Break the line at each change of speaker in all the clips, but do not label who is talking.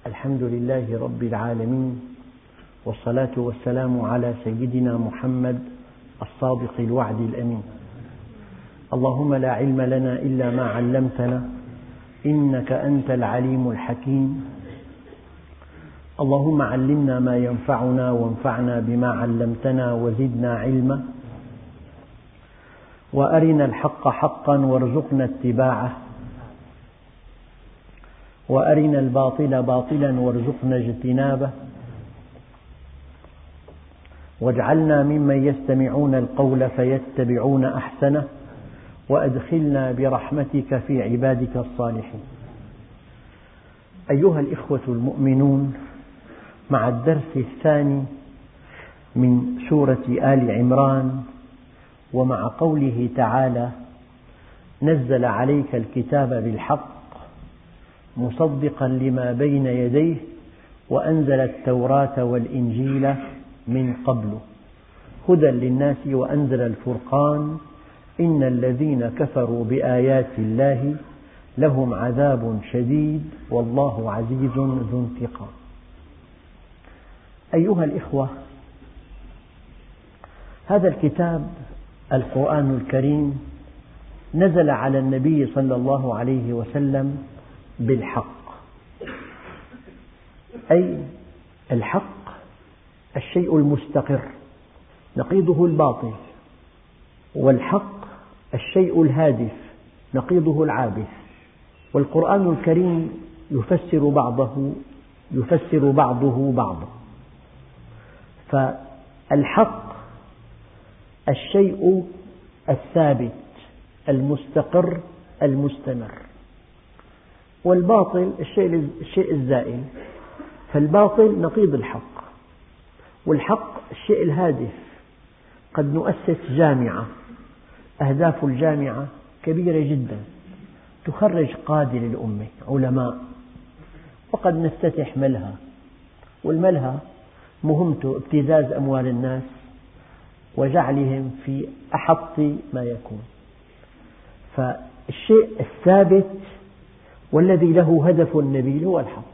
الحمد لله رب العالمين، والصلاة والسلام على سيدنا محمد الصادق الوعد الأمين. اللهم لا علم لنا إلا ما علمتنا إنك أنت العليم الحكيم. اللهم علمنا ما ينفعنا وانفعنا بما علمتنا وزدنا علما، وأرنا الحق حقا وارزقنا اتباعه، وأرنا الباطل باطلا وارزقنا اجتنابه، واجعلنا ممن يستمعون القول فيتبعون أحسنه، وأدخلنا برحمتك في عبادك الصالحين. أيها الإخوة المؤمنون، مع الدرس الثاني من سورة آل عمران، ومع قوله تعالى: نزل عليك الكتاب بالحق مصدقا لما بين يديه وأنزل التوراة والإنجيل من قبل هدى للناس وأنزل الفرقان إن الذين كفروا بآيات الله لهم عذاب شديد والله عزيز ذو انتقام. أيها الإخوة، هذا الكتاب القرآن الكريم نزل على النبي صلى الله عليه وسلم بالحق، أي الحق الشيء المستقر نقيضه الباطل، والحق الشيء الهادف نقيضه العابث. والقرآن الكريم يفسر بعضه بعضا. فالحق الشيء الثابت المستقر المستمر، والباطل الشيء الزائل. فالباطل نقيض الحق، والحق الشيء الهادف. قد نؤسس جامعة، أهداف الجامعة كبيرة جدا، تخرج قادة للأمة علماء، وقد نفتتح ملهى، والملهى مهمته ابتزاز أموال الناس وجعلهم في أحط ما يكون. فالشيء الثابت والذي له هدف نبيل هو الحق.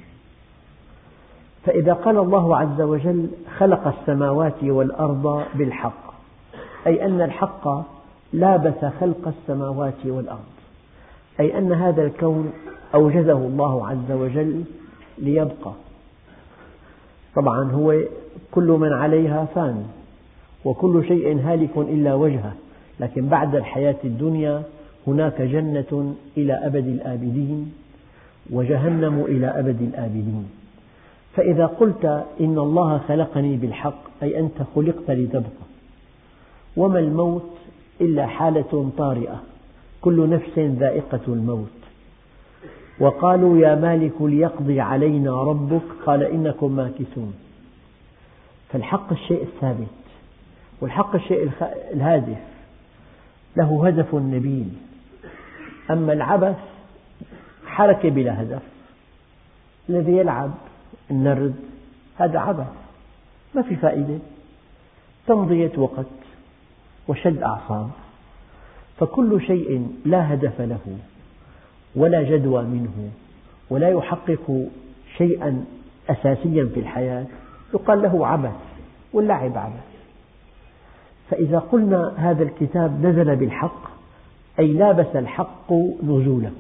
فإذا قال الله عز وجل: خلق السماوات والأرض بالحق، أي أن الحق لابس خلق السماوات والأرض، أي أن هذا الكون أوجده الله عز وجل ليبقى. طبعا هو كل من عليها فان، وكل شيء هالك إلا وجهه، لكن بعد الحياة الدنيا هناك جنة إلى أبد الآبدين، وجهنم إلى أبد الآبدين. فإذا قلت إن الله خلقني بالحق، أي أنت خلقت لتبقى، وما الموت إلا حالة طارئة، كل نفس ذائقة الموت. وقالوا: يا مالك ليقضي علينا ربك، قال: إنكم ماكثون. فالحق الشيء الثابت، والحق الشيء الهادف له هدف نبيل. أما العبث حركة بلا هدف، الذي يلعب النرد هذا عبث ما في فائدة، تمضية وقت وشد أعصاب. فكل شيء لا هدف له ولا جدوى منه ولا يحقق شيئا أساسيا في الحياة يقال له عبث، واللعب عبث. فإذا قلنا هذا الكتاب نزل بالحق، أي لابس الحق نزوله.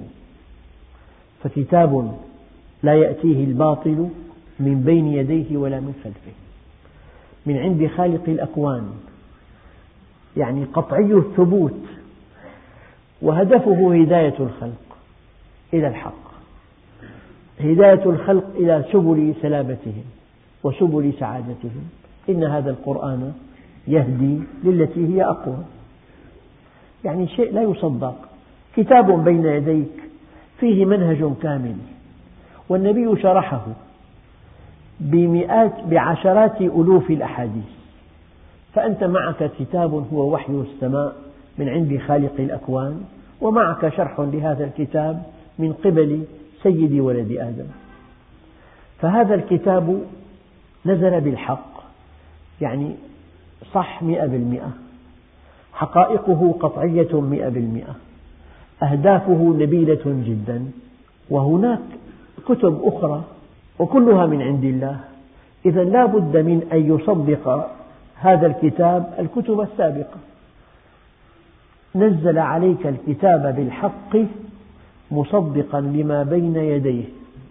فكتاب لا يأتيه الباطل من بين يديه ولا من خلفه، من عند خالق الأكوان، يعني قطعي الثبوت، وهدفه هداية الخلق إلى الحق، هداية الخلق إلى سبل سلامتهم وسبل سعادتهم. إن هذا القرآن يهدي للتي هي أقوى. يعني شيء لا يصدق، كتاب بين يديك فيه منهج كامل، والنبي شرحه بعشرات ألوف الأحاديث. فأنت معك كتاب هو وحي السماء من عند خالق الأكوان، ومعك شرح لهذا الكتاب من قبل سيد ولد آدم. فهذا الكتاب نزل بالحق، يعني صح 100%، حقائقه قطعية 100%، أهدافه نبيلة جدا. وهناك كتب أخرى وكلها من عند الله. إذا لا بد من أن يصدق هذا الكتاب الكتب السابقة. نزل عليك الكتاب بالحق مصدقا لما بين يديه.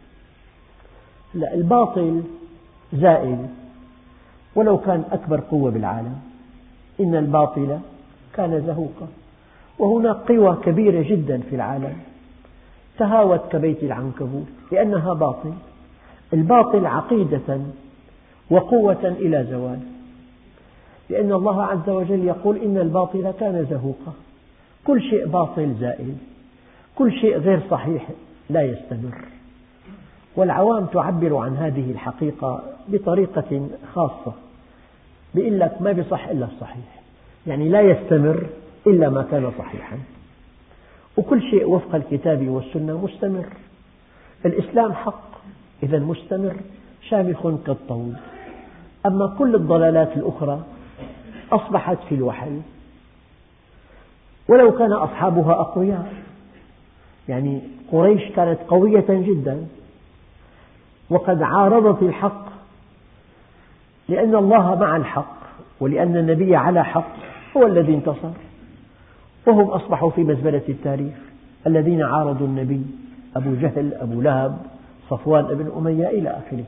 الباطل زائل ولو كان أكبر قوة بالعالم، إن الباطل كان زهوقا. وهناك قوى كبيرة جدا في العالم تهاوت كبيت العنكبوت لأنها باطل. الباطل عقيدة وقوة إلى زوال، لأن الله عز وجل يقول إن الباطل كان زهوقا. كل شيء باطل زائل، كل شيء غير صحيح لا يستمر. والعوام تعبر عن هذه الحقيقة بطريقة خاصة، بيقول لك ما بيصح إلا الصحيح، يعني لا يستمر إلا ما كان صحيحا، وكل شيء وفق الكتاب والسنة مستمر. الإسلام حق إذا مستمر شامخ كالطود. أما كل الضلالات الأخرى أصبحت في الوحل ولو كان أصحابها أقوياء. يعني قريش كانت قوية جدا وقد عارضت الحق، لأن الله مع الحق ولأن النبي على حق هو الذي انتصر، وهم أصبحوا في مزبلة التاريخ. الذين عارضوا النبي أبو جهل، أبو لهب، صفوان بن أمية إلى آخره.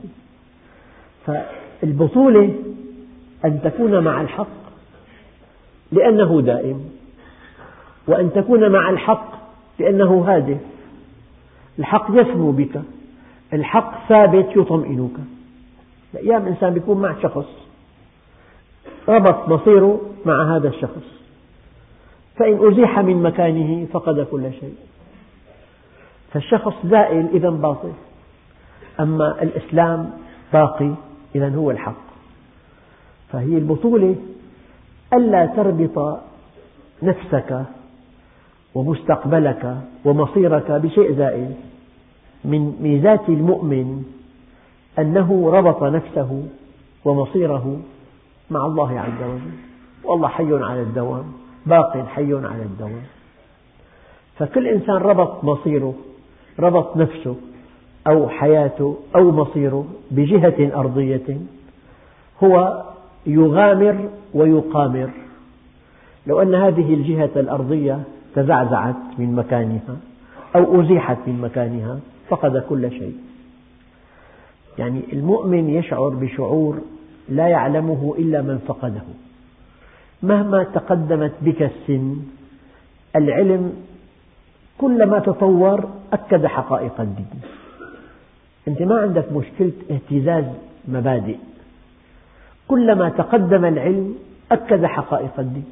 فالبطولة أن تكون مع الحق لأنه دائم، وأن تكون مع الحق لأنه هادف. الحق يسمو بك، الحق ثابت يطمئنك. أيام إنسان يكون مع شخص ربط مصيره مع هذا الشخص، فإن أزيح من مكانه فقد كل شيء. فالشخص زائل إذا باطل، أما الإسلام باقي إذا هو الحق. فهي البطولة ألا تربط نفسك ومستقبلك ومصيرك بشيء زائل. من ميزات المؤمن أنه ربط نفسه ومصيره مع الله عز وجل، والله حي على الدوام، باق حي على الدوام. فكل إنسان ربط مصيره، ربط نفسه أو حياته أو مصيره بجهة أرضية، هو يغامر ويقامر. لو أن هذه الجهة الأرضية تزعزعت من مكانها أو أزيحت من مكانها فقد كل شيء. يعني المؤمن يشعر بشعور لا يعلمه إلا من فقده. مهما تقدمت بك السن، العلم كلما تطور أكد حقائق الدين. أنت ما عندك مشكلة اهتزاز مبادئ، كلما تقدم العلم أكد حقائق الدين.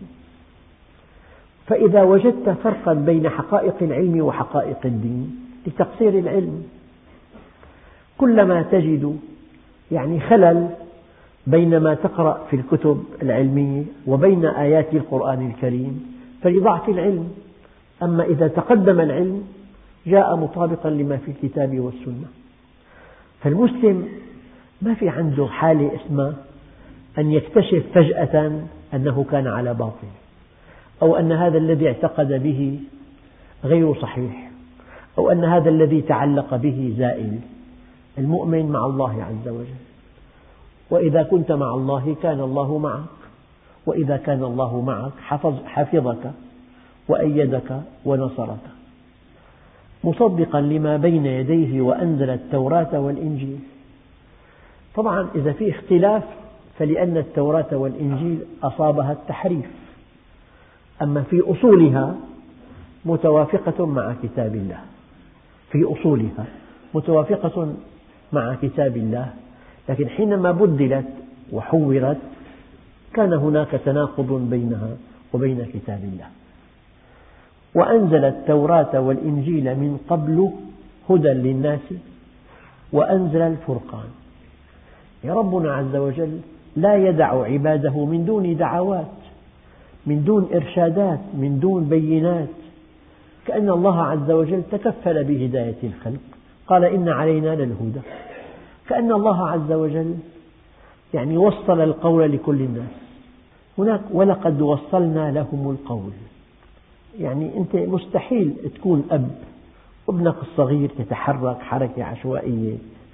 فإذا وجدت فرقا بين حقائق العلم وحقائق الدين لتقصير العلم، كلما تجد يعني خلل بين ما تقرأ في الكتب العلمية وبين آيات القرآن الكريم فلضعف العلم. أما إذا تقدم العلم جاء مطابقا لما في الكتاب والسنة. فالمسلم ما في عنده حالة اسمها أن يكتشف فجأة أنه كان على باطل، أو أن هذا الذي اعتقد به غير صحيح، أو أن هذا الذي تعلق به زائل. المؤمن مع الله عز وجل، وإذا كنت مع الله كان الله معك، وإذا كان الله معك حفظك وأيدك ونصرك. مصدقا لما بين يديه وأنزل التوراة والإنجيل. طبعا إذا في اختلاف فلأن التوراة والإنجيل أصابها التحريف، أما في أصولها متوافقة مع كتاب الله، في أصولها متوافقة مع كتاب الله، لكن حينما بدلت وحورت كان هناك تناقض بينها وبين كتاب الله. وأنزل التوراة والإنجيل من قبل هدى للناس وأنزل الفرقان. يا ربنا عز وجل لا يدع عباده من دون دعوات، من دون إرشادات، من دون بينات، كأن الله عز وجل تكفل بهداية الخلق، قال إن علينا للهدى. كأن الله عز وجل يعني وصل القول لكل الناس. هناك ولقد وصلنا لهم القول. يعني أنت مستحيل تكون أب وابنك الصغير يتحرك حركة عشوائية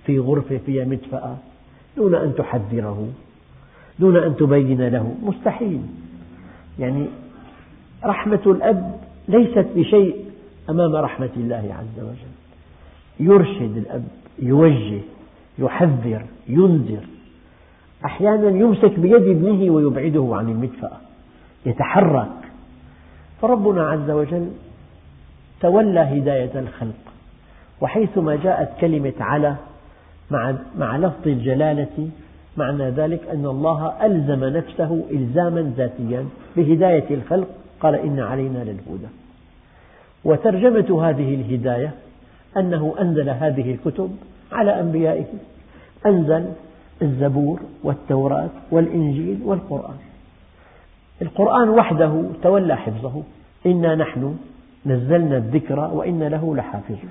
في غرفة فيها مدفأة دون أن تحذره، دون أن تبين له؟ مستحيل. يعني رحمة الأب ليست بشيء أمام رحمة الله عز وجل. يرشد الأب، يوجه، يحذر، ينذر، أحيانا يمسك بيد ابنه ويبعده عن المدفأة، يتحرك. فربنا عز وجل تولى هداية الخلق، وحيثما جاءت كلمة على مع لفظ الجلالة معنى ذلك أن الله ألزم نفسه إلزاما ذاتيا بهداية الخلق، قال إن علينا للهدى. وترجمة هذه الهداية أنه أنزل هذه الكتب على أنبيائه، أنزل الزبور والتوراة والإنجيل والقرآن. القرآن وحده تولى حفظه، إنا نحن نزلنا الذكر وإنا له لحافظون،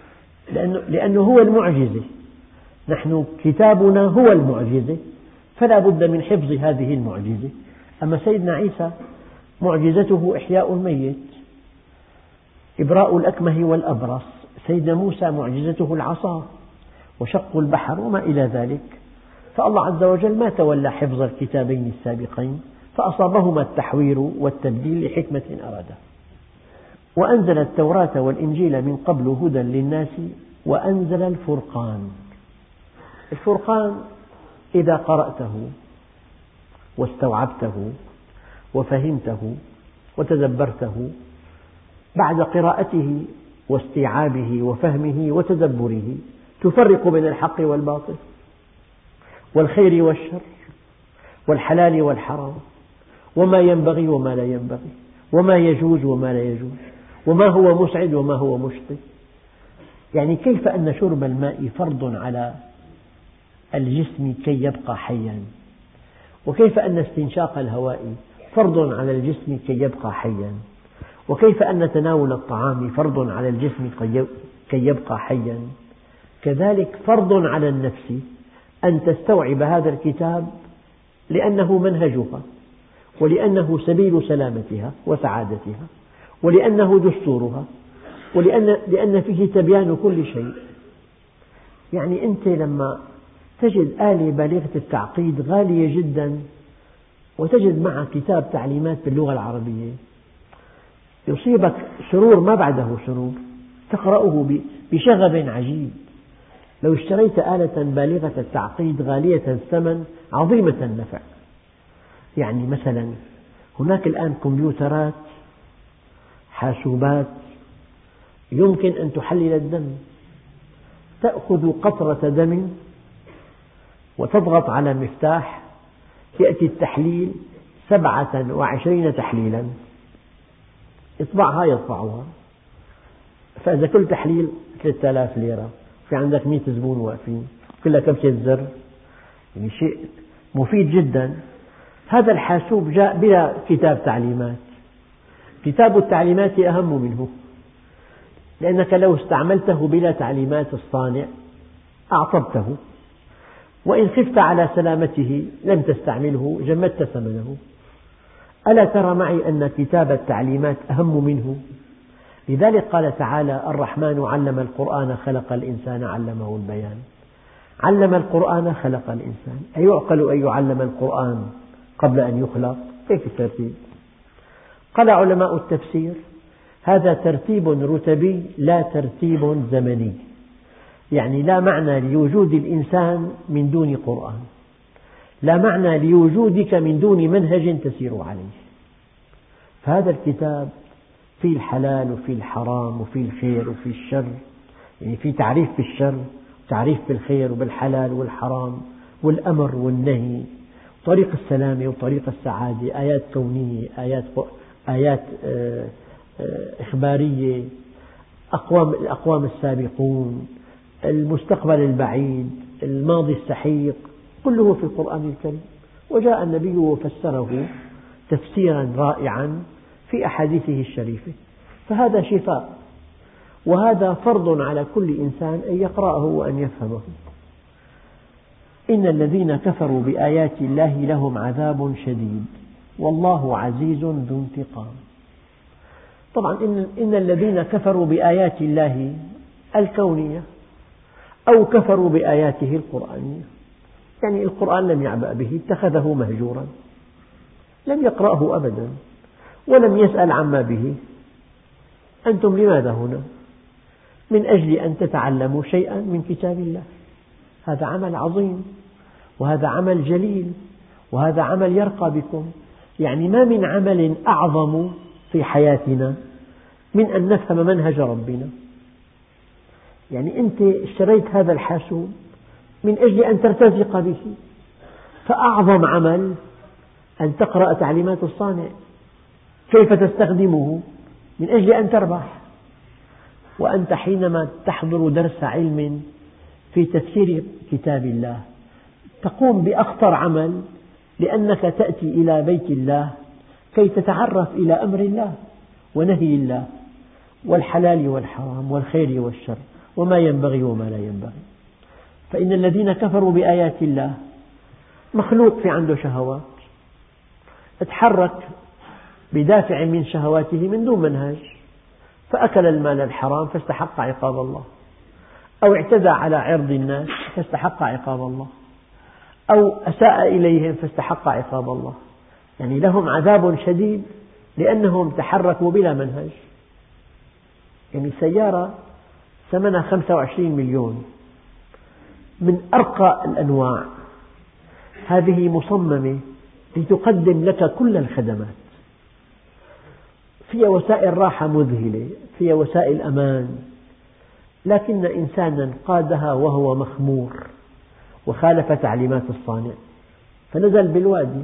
لأنه هو المعجزة، نحن كتابنا هو المعجزة، فلا بد من حفظ هذه المعجزة. أما سيدنا عيسى معجزته إحياء الميت، إبراء الأكمه والأبرص. سيدنا موسى معجزته العصا وشق البحر وما إلى ذلك. فالله عز وجل ما تولى حفظ الكتابين السابقين، فأصابهما التحوير والتبديل لحكمة أرادها. وأنزل التوراة والإنجيل من قبل هدى للناس وأنزل الفرقان. الفرقان إذا قرأته واستوعبته وفهمته وتدبرته، بعد قراءته واستيعابه وفهمه وتدبره تفرق بين الحق والباطل، والخير والشر، والحلال والحرام، وما ينبغي وما لا ينبغي، وما يجوز وما لا يجوز، وما هو مسعد وما هو مشقي. يعني كيف أن شرب الماء فرض على الجسم كي يبقى حيا، وكيف أن استنشاق الهواء فرض على الجسم كي يبقى حيا، وكيف أن تناول الطعام فرض على الجسم كي يبقى حيا. كذلك فرض على النفس أن تستوعب هذا الكتاب لأنه منهجها، ولأنه سبيل سلامتها وسعادتها، ولأنه دستورها، لأن فيه تبيان كل شيء. يعني أنت لما تجد آلة بالغة التعقيد غالية جدا وتجد معها كتاب تعليمات باللغة العربية، يصيبك سرور ما بعده سرور، تقرأه بشغف عجيب. لو اشتريت آلة بالغة التعقيد غالية الثمن عظيمة النفع، يعني مثلا هناك الآن كمبيوترات، حاسوبات يمكن أن تحلل الدم، تأخذ قطرة دم وتضغط على مفتاح يأتي التحليل 27 تحليلا، اطبعها يطبعها. فإذا كل تحليل 3000 ليرة، في عندك 100 زبون واقفين كلها كبسة زر، يعني شيء مفيد جدا. هذا الحاسوب جاء بلا كتاب تعليمات، كتاب التعليمات أهم منه، لأنك لو استعملته بلا تعليمات الصانع أعطبته، وإن خفت على سلامته لم تستعمله جمدت ثمنه. ألا ترى معي أن كتاب التعليمات أهم منه؟ لذلك قال تعالى: الرحمن علم القرآن خلق الإنسان علمه البيان. علم القرآن خلق الإنسان، أيعقل أن يعلم القرآن قبل أن يخلق؟ كيف الترتيب؟ قال علماء التفسير: هذا ترتيب رتبي لا ترتيب زمني، يعني لا معنى لوجود الإنسان من دون قرآن، لا معنى لوجودك من دون منهج تسير عليه. فهذا الكتاب فيه الحلال وفيه الحرام وفيه الخير وفيه الشر، يعني فيه تعريف بالشر وتعريف بالخير وبالحلال والحرام والأمر والنهي، طريق السلامة وطريق السعادة، آيات كونية، آيات إخبارية، الأقوام السابقون، المستقبل البعيد، الماضي السحيق، كله في القرآن الكريم. وجاء النبي وفسره تفسيرا رائعا في أحاديثه الشريفة. فهذا شفاء، وهذا فرض على كل إنسان أن يقرأه وأن يفهمه. إن الذين كفروا بآيات الله لهم عذاب شديد والله عزيز ذو انتقام. طبعا إن الذين كفروا بآيات الله الكونية، أو كفروا بآياته القرآنية، يعني القرآن لم يعبأ به، اتخذه مهجورا، لم يقرأه أبدا ولم يسأل عما به. أنتم لماذا هنا؟ من أجل أن تتعلموا شيئا من كتاب الله. هذا عمل عظيم، وهذا عمل جليل، وهذا عمل يرقى بكم. يعني ما من عمل أعظم في حياتنا من أن نفهم منهج ربنا. يعني أنت اشتريت هذا الحاسوب من أجل أن ترتزق به، فأعظم عمل أن تقرأ تعليمات الصانع كيف تستخدمه من أجل أن تربح. وأنت حينما تحضر درس علم في تفسير كتاب الله تقوم بأخطر عمل، لأنك تأتي إلى بيت الله كي تتعرف إلى أمر الله ونهي الله والحلال والحرام والخير والشر وما ينبغي وما لا ينبغي. فإن الذين كفروا بآيات الله مخلوق في عنده شهوات، تحرك بدافع من شهواته من دون منهج، فأكل المال الحرام فاستحق عقاب الله، أو اعتدى على عرض الناس فاستحق عقاب الله، أو أساء إليهم فاستحق عقاب الله. يعني لهم عذاب شديد لأنهم تحركوا بلا منهج. يعني سيارة ثمنها 25 مليون من أرقى الأنواع، هذه مصممة لتقدم لك كل الخدمات، فيها وسائل راحة مذهلة، فيها وسائل أمان، لكن إنسانا قادها وهو مخمور وخالف تعليمات الصانع فنزل بالوادي.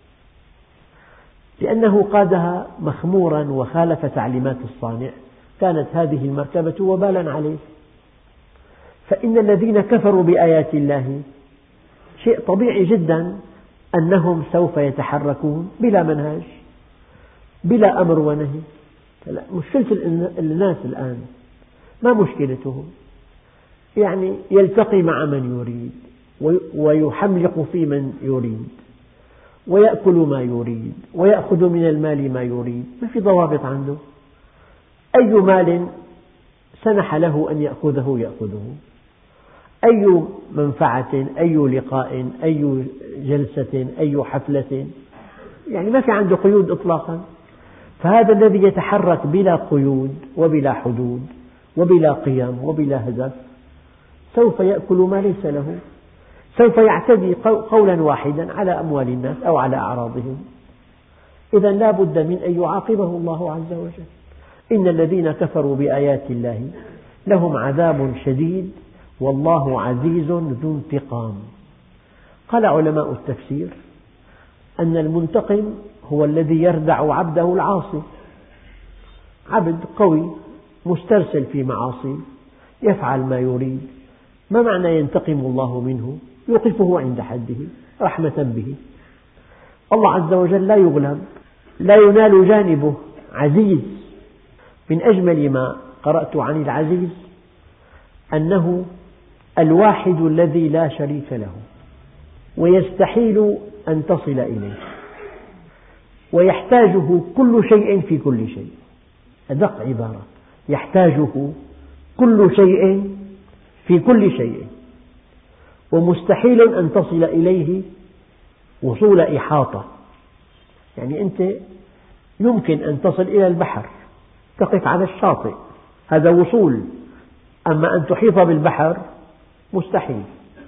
لأنه قادها مخمورا وخالف تعليمات الصانع كانت هذه المركبة وبالا عليه. فإن الذين كفروا بآيات الله شيء طبيعي جدا أنهم سوف يتحركون بلا منهج، بلا أمر ونهي. مشكلة الناس الآن ما مشكلتهم؟ يعني يلتقي مع من يريد ويحملق في من يريد ويأكل ما يريد ويأخذ من المال ما يريد، ما في ضوابط عنده. أي مال سنح له أن يأخذه يأخذه، أي منفعة، أي لقاء، أي جلسة، أي حفلة، يعني ما في عنده قيود إطلاقا. فهذا الذي يتحرك بلا قيود وبلا حدود وبلا قيم وبلا هدف سوف يأكل ما ليس له، سوف يعتدي قولا واحدا على أموال الناس أو على أعراضهم. إذا لا بد من أن يعاقبه الله عز وجل. إن الذين كفروا بآيات الله لهم عذاب شديد والله عزيز ذو انتقام. قال علماء التفسير أن المنتقم هو الذي يردع عبده العاصي، عبد قوي مسترسل في معاصي يفعل ما يريد، ما معنى ينتقم الله منه؟ يوقفه عند حده رحمة به. الله عز وجل لا يغلب، لا ينال جانبه، عزيز. من أجمل ما قرأت عن العزيز أنه الواحد الذي لا شريك له، ويستحيل أن تصل إليه، ويحتاجه كل شيء في كل شيء. أدق عبارة، يحتاجه كل شيء في كل شيء، ومستحيل أن تصل إليه وصول إحاطة. يعني أنت يمكن أن تصل إلى البحر، تقف على الشاطئ، هذا وصول، أما أن تحيط بالبحر مستحيل.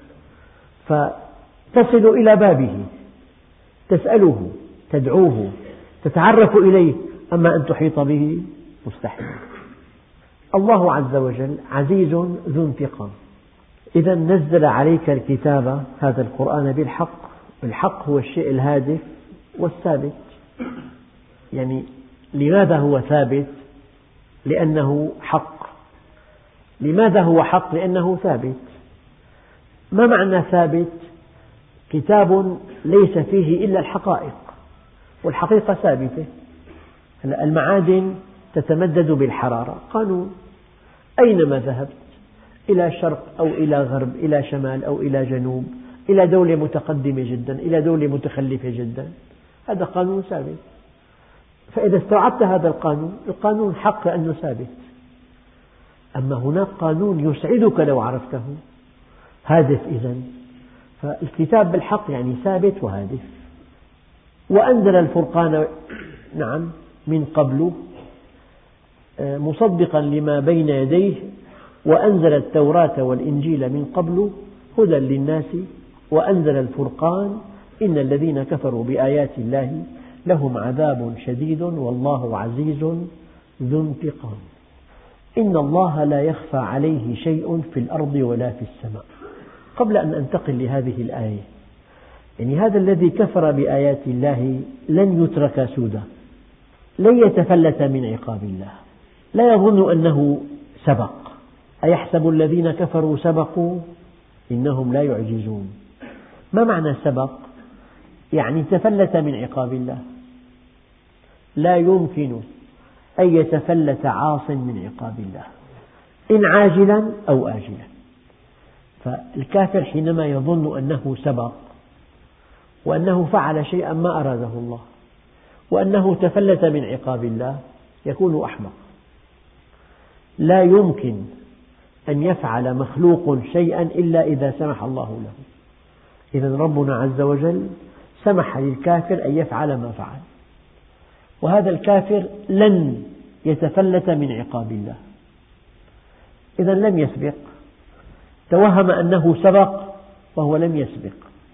فتصل إلى بابه، تسأله، تدعوه، تتعرف إليه، أما أن تحيط به مستحيل. الله عز وجل عزيز ذو انتقام. إذا نزل عليك الكتاب، هذا القرآن، بالحق. الحق هو الشيء الهادف والثابت. يعني لماذا هو ثابت؟ لأنه حق. لماذا هو حق؟ لأنه ثابت. ما معنى ثابت؟ كتاب ليس فيه إلا الحقائق، والحقيقة ثابتة. المعادن تتمدد بالحرارة، قانون. أينما ذهبت، إلى شرق أو إلى غرب، إلى شمال أو إلى جنوب، إلى دولة متقدمة جدا إلى دولة متخلفة جدا، هذا قانون ثابت. فإذا استوعبت هذا القانون حق لأنه ثابت. أما هناك قانون يسعدك لو عرفته، هادف إذن، فالكتاب بالحق يعني ثابت وهادف. وأنزل الفرقان نعم من قبل مصدقا لما بين يديه، وأنزل التوراة والإنجيل من قبل هدى للناس وأنزل الفرقان إن الذين كفروا بآيات الله لهم عذاب شديد والله عزيز ذو انتقام. إن الله لا يخفى عليه شيء في الأرض ولا في السماء. قبل أن أنتقل لهذه الآية، يعني هذا الذي كفر بآيات الله لن يترك سدى، لن يتفلت من عقاب الله، لا يظن أنه سبق. أيحسب الذين كفروا سبقوا إنهم لا يعجزون. ما معنى سبق؟ يعني تفلت من عقاب الله، لا يمكن أن يتفلت عاص من عقاب الله إن عاجلا أو آجلا. فالكافر حينما يظن أنه سبق وأنه فعل شيئا ما أراده الله وأنه تفلت من عقاب الله يكون أحمق. لا يمكن أن يفعل مخلوق شيئا إلا إذا سمح الله له. إذن ربنا عز وجل سمح للكافر أن يفعل ما فعل، وهذا الكافر لن يتفلت من عقاب الله. إذن لم يسبق، توهم أنه سبق وهو لم يسبق.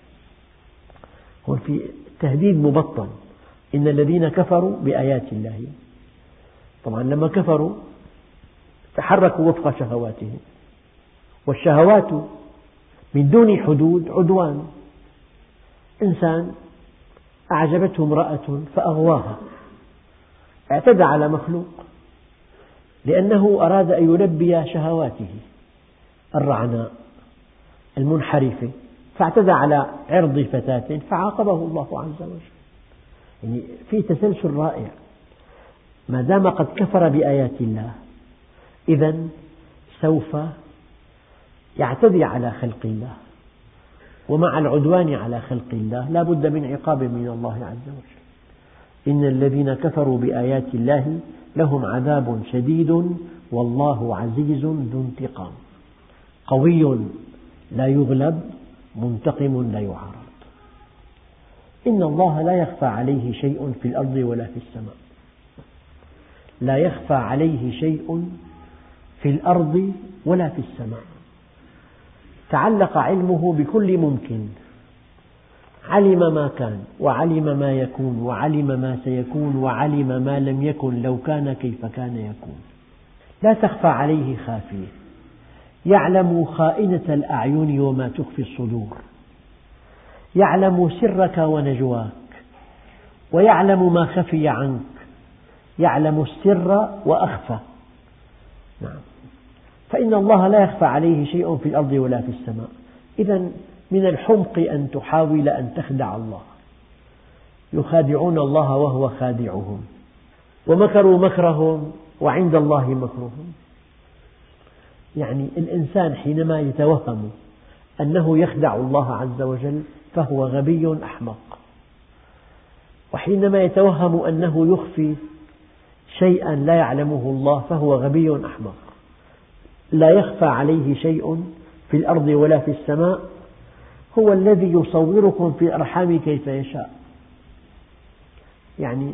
هون في تهديد مبطن، إن الذين كفروا بآيات الله. طبعا لما كفروا تحركوا وفق شهواتهم، والشهوات من دون حدود عدوان. إنسان أعجبته امرأة فأغواها، اعتدى على مخلوق لأنه أراد أن يلبي شهواته الرعناء المنحرفة، فاعتدى على عرض فتاة فعاقبه الله عز وجل. يعني في تسلسل رائع. ما دام قد كفر بآيات الله إذن سوف يعتدي على خلق الله، ومع العدوان على خلق الله لا بد من عقاب من الله عز وجل. إن الذين كفروا بآيات الله لهم عذاب شديد والله عزيز ذو انتقام. قوي لا يغلب، منتقم لا يعارض. إن الله لا يخفى عليه شيء في الأرض ولا في السماء. لا يخفى عليه شيء في الأرض ولا في السماء. تعلق علمه بكل ممكن، علم ما كان وعلم ما يكون وعلم ما سيكون وعلم ما لم يكن لو كان كيف كان يكون. لا تخفى عليه خافية. يعلم خائنة الأعين وما تخفي الصدور، يعلم سرك ونجواك ويعلم ما خفي عنك، يعلم السر وأخفى. نعم. فإن الله لا يخفى عليه شيء في الأرض ولا في السماء. إذن من الحمق أن تحاول أن تخدع الله. يخادعون الله وهو خادعهم، ومكروا مكرهم وعند الله مكرهم. يعني الإنسان حينما يتوهم أنه يخدع الله عز وجل فهو غبي أحمق، وحينما يتوهم أنه يخفي شيئا لا يعلمه الله فهو غبي أحمق. لا يخفى عليه شيء في الأرض ولا في السماء. هو الذي يصوركم في الأرحام كيف يشاء. يعني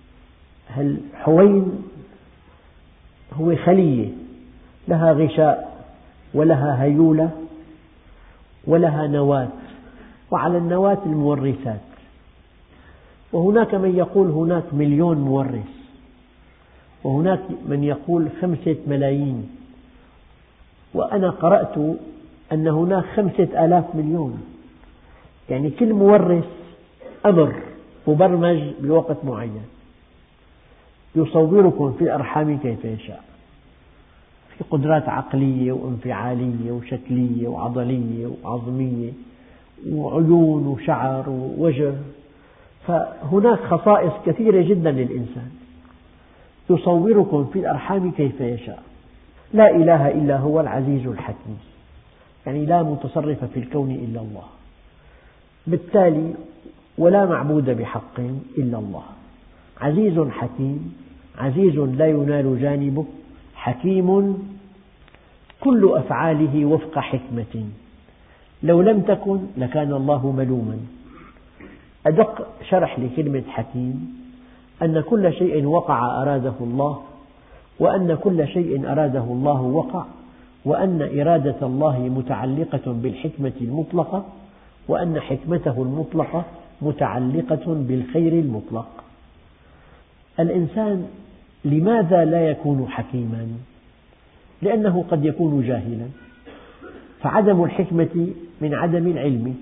الحوين هو خلية لها غشاء ولها هيولة ولها نواة، وعلى النواة المورثات. وهناك من يقول هناك 1,000,000 مورث، وهناك من يقول 5 ملايين، وأنا قرأت أن هناك 5,000 مليون. يعني كل مورث أمر مبرمج بوقت معين يصوركم في الأرحام كيف يشاء، في قدرات عقلية وانفعالية وشكلية وعضلية وعظمية وعيون وشعر ووجه. فهناك خصائص كثيرة جدا للإنسان. يصوركم في الأرحام كيف يشاء. لا إله إلا هو العزيز الحكيم. يعني لا متصرف في الكون إلا الله، بالتالي ولا معبود بحق إلا الله. عزيز حكيم. عزيز لا ينال جانبه، حكيم كل أفعاله وفق حكمة. لو لم تكن لكان الله ملوما. أدق شرح لكلمة حكيم أن كل شيء وقع أراده الله، وأن كل شيء أراده الله وقع، وأن إرادة الله متعلقة بالحكمة المطلقة، وأن حكمته المطلقة متعلقة بالخير المطلق. الإنسان لماذا لا يكون حكيما؟ لأنه قد يكون جاهلا، فعدم الحكمة من عدم العلم.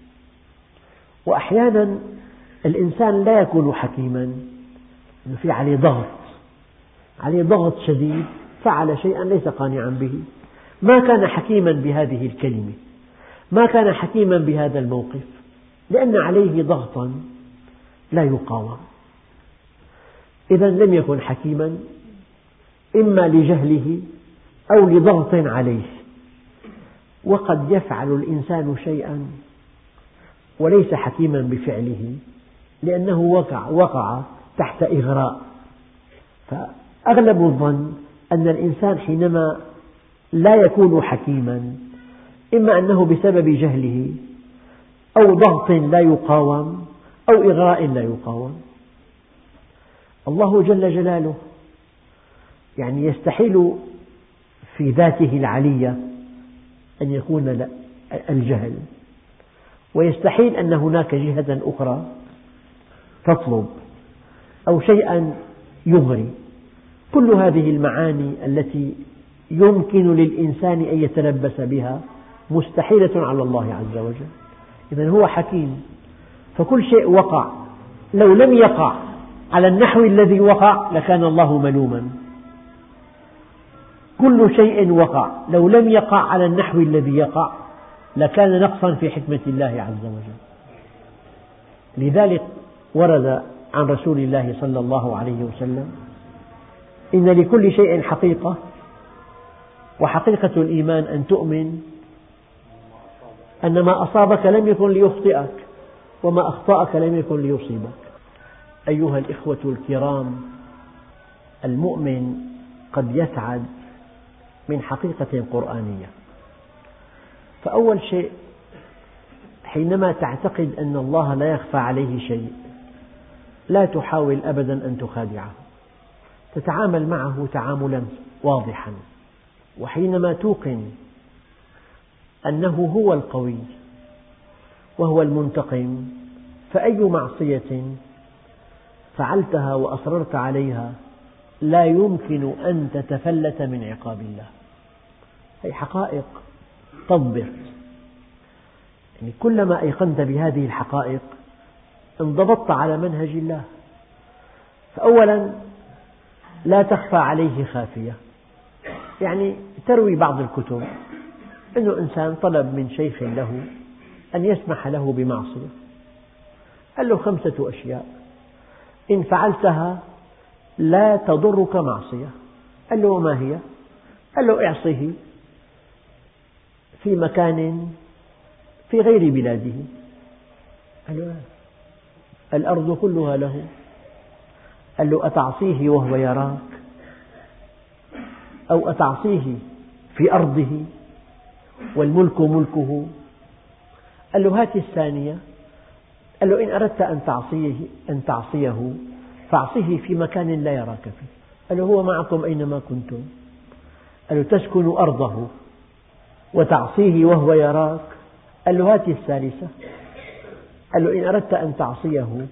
وأحيانا الإنسان لا يكون حكيما، في عليه ضغط شديد، فعل شيئا ليس قانعا به، ما كان حكيما بهذه الكلمة، ما كان حكيما بهذا الموقف، لأن عليه ضغطا لا يقاوم. إذا لم يكن حكيما إما لجهله أو لضغط عليه. وقد يفعل الإنسان شيئا وليس حكيما بفعله، لأنه وقع تحت إغراء. فأغلب الظن أن الإنسان حينما لا يكون حكيما إما أنه بسبب جهله أو ضغط لا يقاوم أو إغراء لا يقاوم. الله جل جلاله يستحيل في ذاته العلية أن يكون الجهل، ويستحيل أن هناك جهة أخرى تطلب أو شيئا يغري. كل هذه المعاني التي يمكن للإنسان أن يتلبس بها مستحيلة على الله عز وجل. إذن هو حكيم، فكل شيء وقع لو لم يقع على النحو الذي وقع لكان الله ملوما. كل شيء وقع لو لم يقع على النحو الذي يقع لكان نقصا في حكمة الله عز وجل. لذلك ورد عن رسول الله صلى الله عليه وسلم: إن لكل شيء حقيقة، وحقيقة الإيمان أن تؤمن أن ما أصابك لم يكن ليخطئك، وما أخطأك لم يكن ليصيبك. أيها الإخوة الكرام، المؤمن قد يسعد من حقيقة قرآنية. فأول شيء، حينما تعتقد أن الله لا يخفى عليه شيء لا تحاول أبدا أن تخادعه، تتعامل معه تعاملا واضحا. وحينما توقن أنه هو القوي وهو المنتقم، فأي معصية فعلتها وأصررت عليها لا يمكن أن تتفلت من عقاب الله. هذه حقائق تضبط. كلما أيقنت بهذه الحقائق انضبطت على منهج الله. فأولا لا تخفى عليه خافية. تروي بعض الكتب أن إنسان طلب من شيخ له أن يسمح له بمعصية، قال له 5 أشياء إن فعلتها لا تضرك معصية. قال له: وما هي؟ قال له: اعصه في مكان في غير بلاده. قال له: الأرض كلها له. قال له: أتعصيه وهو يراك، أو أتعصيه في أرضه والملك ملكه؟ قال له: هات الثانية. قال له: إن أردت أن تعصيه فاعصه في مكان لا يراك فيه. قال له: هو معكم أينما كنتم. قال له: تسكن أرضه وتعصيه وهو يراك. قال له: هات الثالثة. قال له: إن أردت أن تعصيه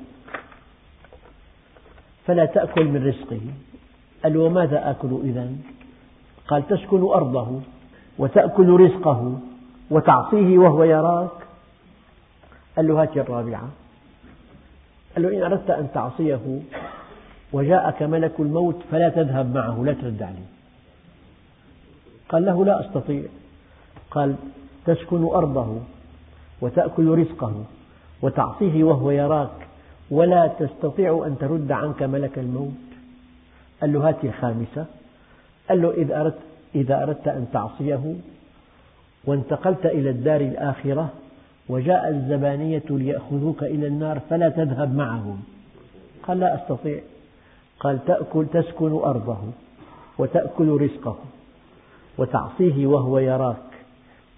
فلا تأكل من رزقه. قال له: وماذا آكل إذن؟ قال: تسكن أرضه وتأكل رزقه وتعصيه وهو يراك. قال له: هات الرابعة. قال له: إن أردت أن تعصيه وجاءك ملك الموت فلا تذهب معه، لا ترد عليه. قال له: لا أستطيع. قال: تسكن أرضه وتأكل رزقه وتعصيه وهو يراك ولا تستطيع أن ترد عنك ملك الموت. قال له: هات الخامسة. قال له: إذا أردت أن تعصيه وانتقلت إلى الدار الآخرة وجاء الزبانية ليأخذوك إلى النار فلا تذهب معهم. قال: لا أستطيع. قال: تسكن أرضه وتأكل رزقه وتعصيه وهو يراك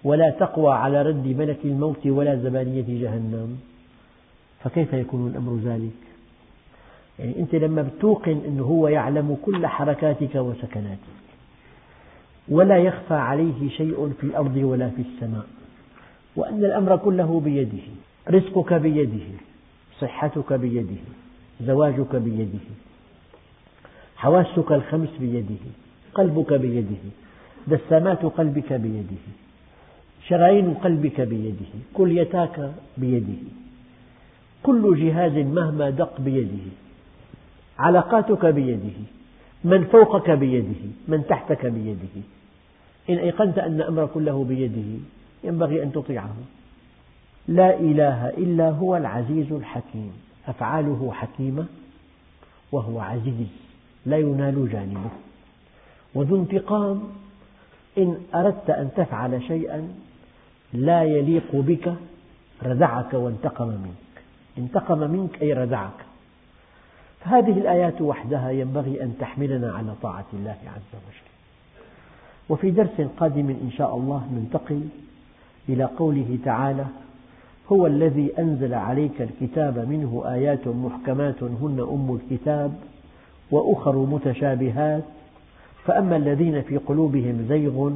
ولا تقوى على رد ملك الموت ولا زبانية جهنم، فكيف يكون الأمر ذلك؟ يعني أنت لما بتوقن أنه هو يعلم كل حركاتك وسكناتك ولا يخفى عليه شيء في الأرض ولا في السماء، وأن الأمر كله بيده، رزقك بيده، صحتك بيده، زواجك بيده، حواسك الخمس بيده، قلبك بيده، دسامات قلبك بيده، شرايين قلبك بيده، كليتاك بيده، كل جهاز مهما دق بيده، علاقاتك بيده، من فوقك بيده، من تحتك بيده. إن أيقنت أن الأمر كله بيده ينبغي أن تطيعه. لا إله إلا هو العزيز الحكيم، أفعاله حكيمة وهو عزيز لا ينال جانبه، وذو انتقام. إن أردت أن تفعل شيئا لا يليق بك ردعك وانتقم منك، انتقم منك أي ردعك. فهذه الآيات وحدها ينبغي أن تحملنا على طاعة الله عز وجل. وفي درس قادم إن شاء الله ننتقل إلى قوله تعالى: هو الذي أنزل عليك الكتاب منه آيات محكمات هن أم الكتاب وأخر متشابهات فأما الذين في قلوبهم زيغ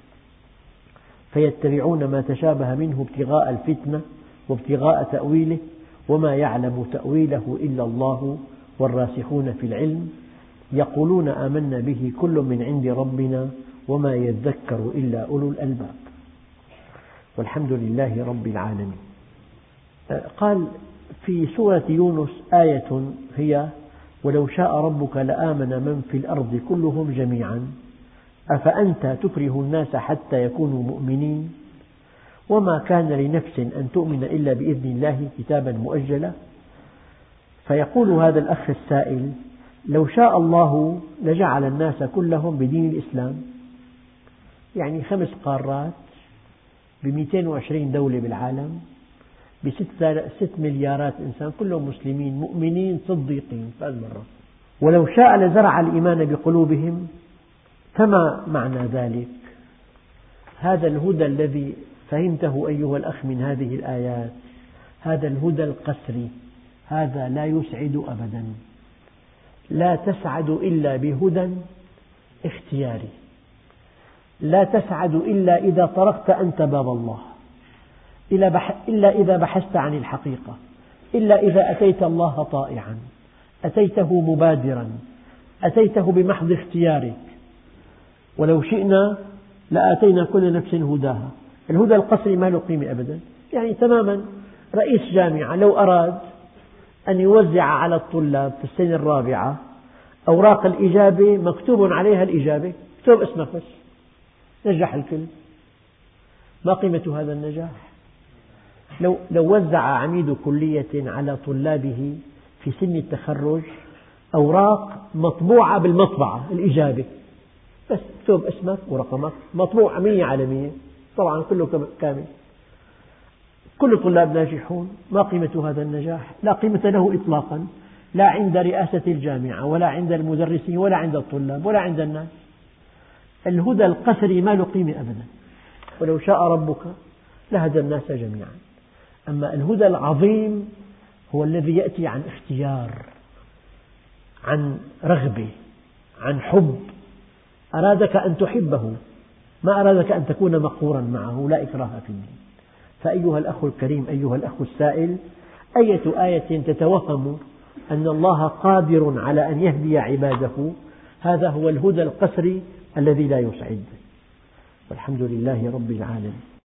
فيتبعون ما تشابه منه ابتغاء الفتنة وابتغاء تأويله وما يعلم تأويله إلا الله والراسخون في العلم يقولون آمنا به كل من عند ربنا وما يذكر إلا أولو الألباب. والحمد لله رب العالمين. قال في سورة يونس آية هي: ولو شاء ربك لآمن من في الأرض كلهم جميعا أفأنت تكره الناس حتى يكونوا مؤمنين وما كان لنفس أن تؤمن إلا بإذن الله كتابا مؤجلا. فيقول هذا الأخ السائل: لو شاء الله لجعل الناس كلهم بدين الإسلام، يعني 5 قارات ب220 دولة بالعالم ب6 مليارات إنسان كلهم مسلمين مؤمنين صديقين. فالمرة ولو شاء لزرع الإيمان بقلوبهم. فما معنى ذلك؟ هذا الهدى الذي فهمته أيها الأخ من هذه الآيات، هذا الهدى القسري، هذا لا يسعد أبدا. لا تسعد إلا بهدى اختياري، لا تسعد إلا إذا طرقت أنت باب الله، إلا إذا بحثت عن الحقيقة، إلا إذا أتيت الله طائعا، أتيته مبادرا، أتيته بمحض اختيارك. ولو شئنا لآتينا كل نفس هداها. الهدى القسري ما له قيمة أبدا. يعني تماما رئيس جامعة لو أراد أن يوزع على الطلاب في السنة الرابعة أوراق الإجابة مكتوب عليها الإجابة، اكتب اسمك بس، نجح الكل. ما قيمة هذا النجاح؟ لو وزع عميد كلية على طلابه في سن التخرج أوراق مطبوعة بالمطبعة الإجابة، بس اكتب اسمك ورقمك، مطبوع 100 على 100، طبعا كله كامل، كل الطلاب ناجحون. ما قيمة هذا النجاح؟ لا قيمة له إطلاقا، لا عند رئاسة الجامعة ولا عند المدرسين ولا عند الطلاب ولا عند الناس. الهدى القسري ما له قيمة أبدا. ولو شاء ربك لهدى الناس جميعا. أما الهدى العظيم هو الذي يأتي عن اختيار، عن رغبة، عن حب. أرادك أن تحبه، ما أرادك أن تكون مقهورا معه، لا إكراه في الدين. فأيها الأخ الكريم، أيها الأخ السائل، أية آية تتوهم أن الله قادر على أن يهدي عباده، هذا هو الهدى القسري الذي لا يسعد. والحمد لله رب العالمين.